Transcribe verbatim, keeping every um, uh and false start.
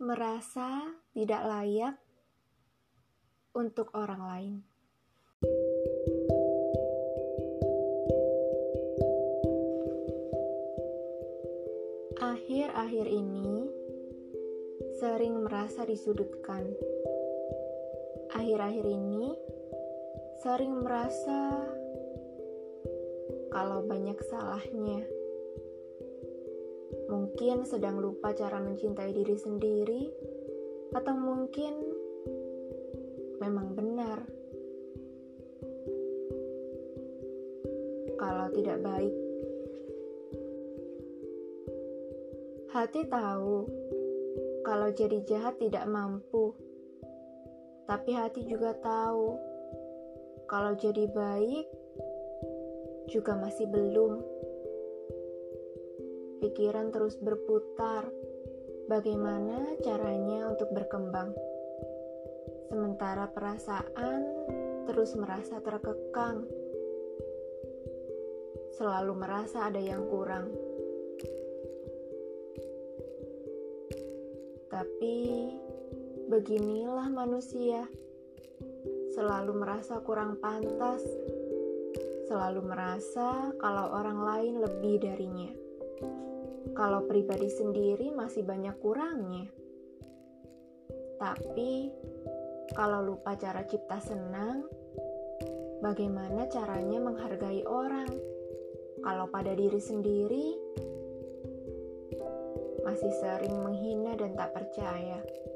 Merasa tidak layak untuk orang lain. Akhir-akhir ini sering merasa disudutkan. Akhir-akhir ini sering merasa kalau banyak salahnya. Mungkin sedang lupa cara mencintai diri sendiri, atau mungkin memang benar kalau tidak baik. Hati tahu kalau jadi jahat tidak mampu, tapi hati juga tahu kalau jadi baik juga masih belum. Pikiran terus berputar, bagaimana caranya untuk berkembang. Sementara perasaan terus merasa terkekang, selalu merasa ada yang kurang. Tapi beginilah manusia, selalu merasa kurang pantas, selalu merasa kalau orang lain lebih darinya. Kalau pribadi sendiri masih banyak kurangnya. Tapi kalau lupa cara cipta senang, bagaimana caranya menghargai orang? Kalau pada diri sendiri masih sering menghina dan tak percaya.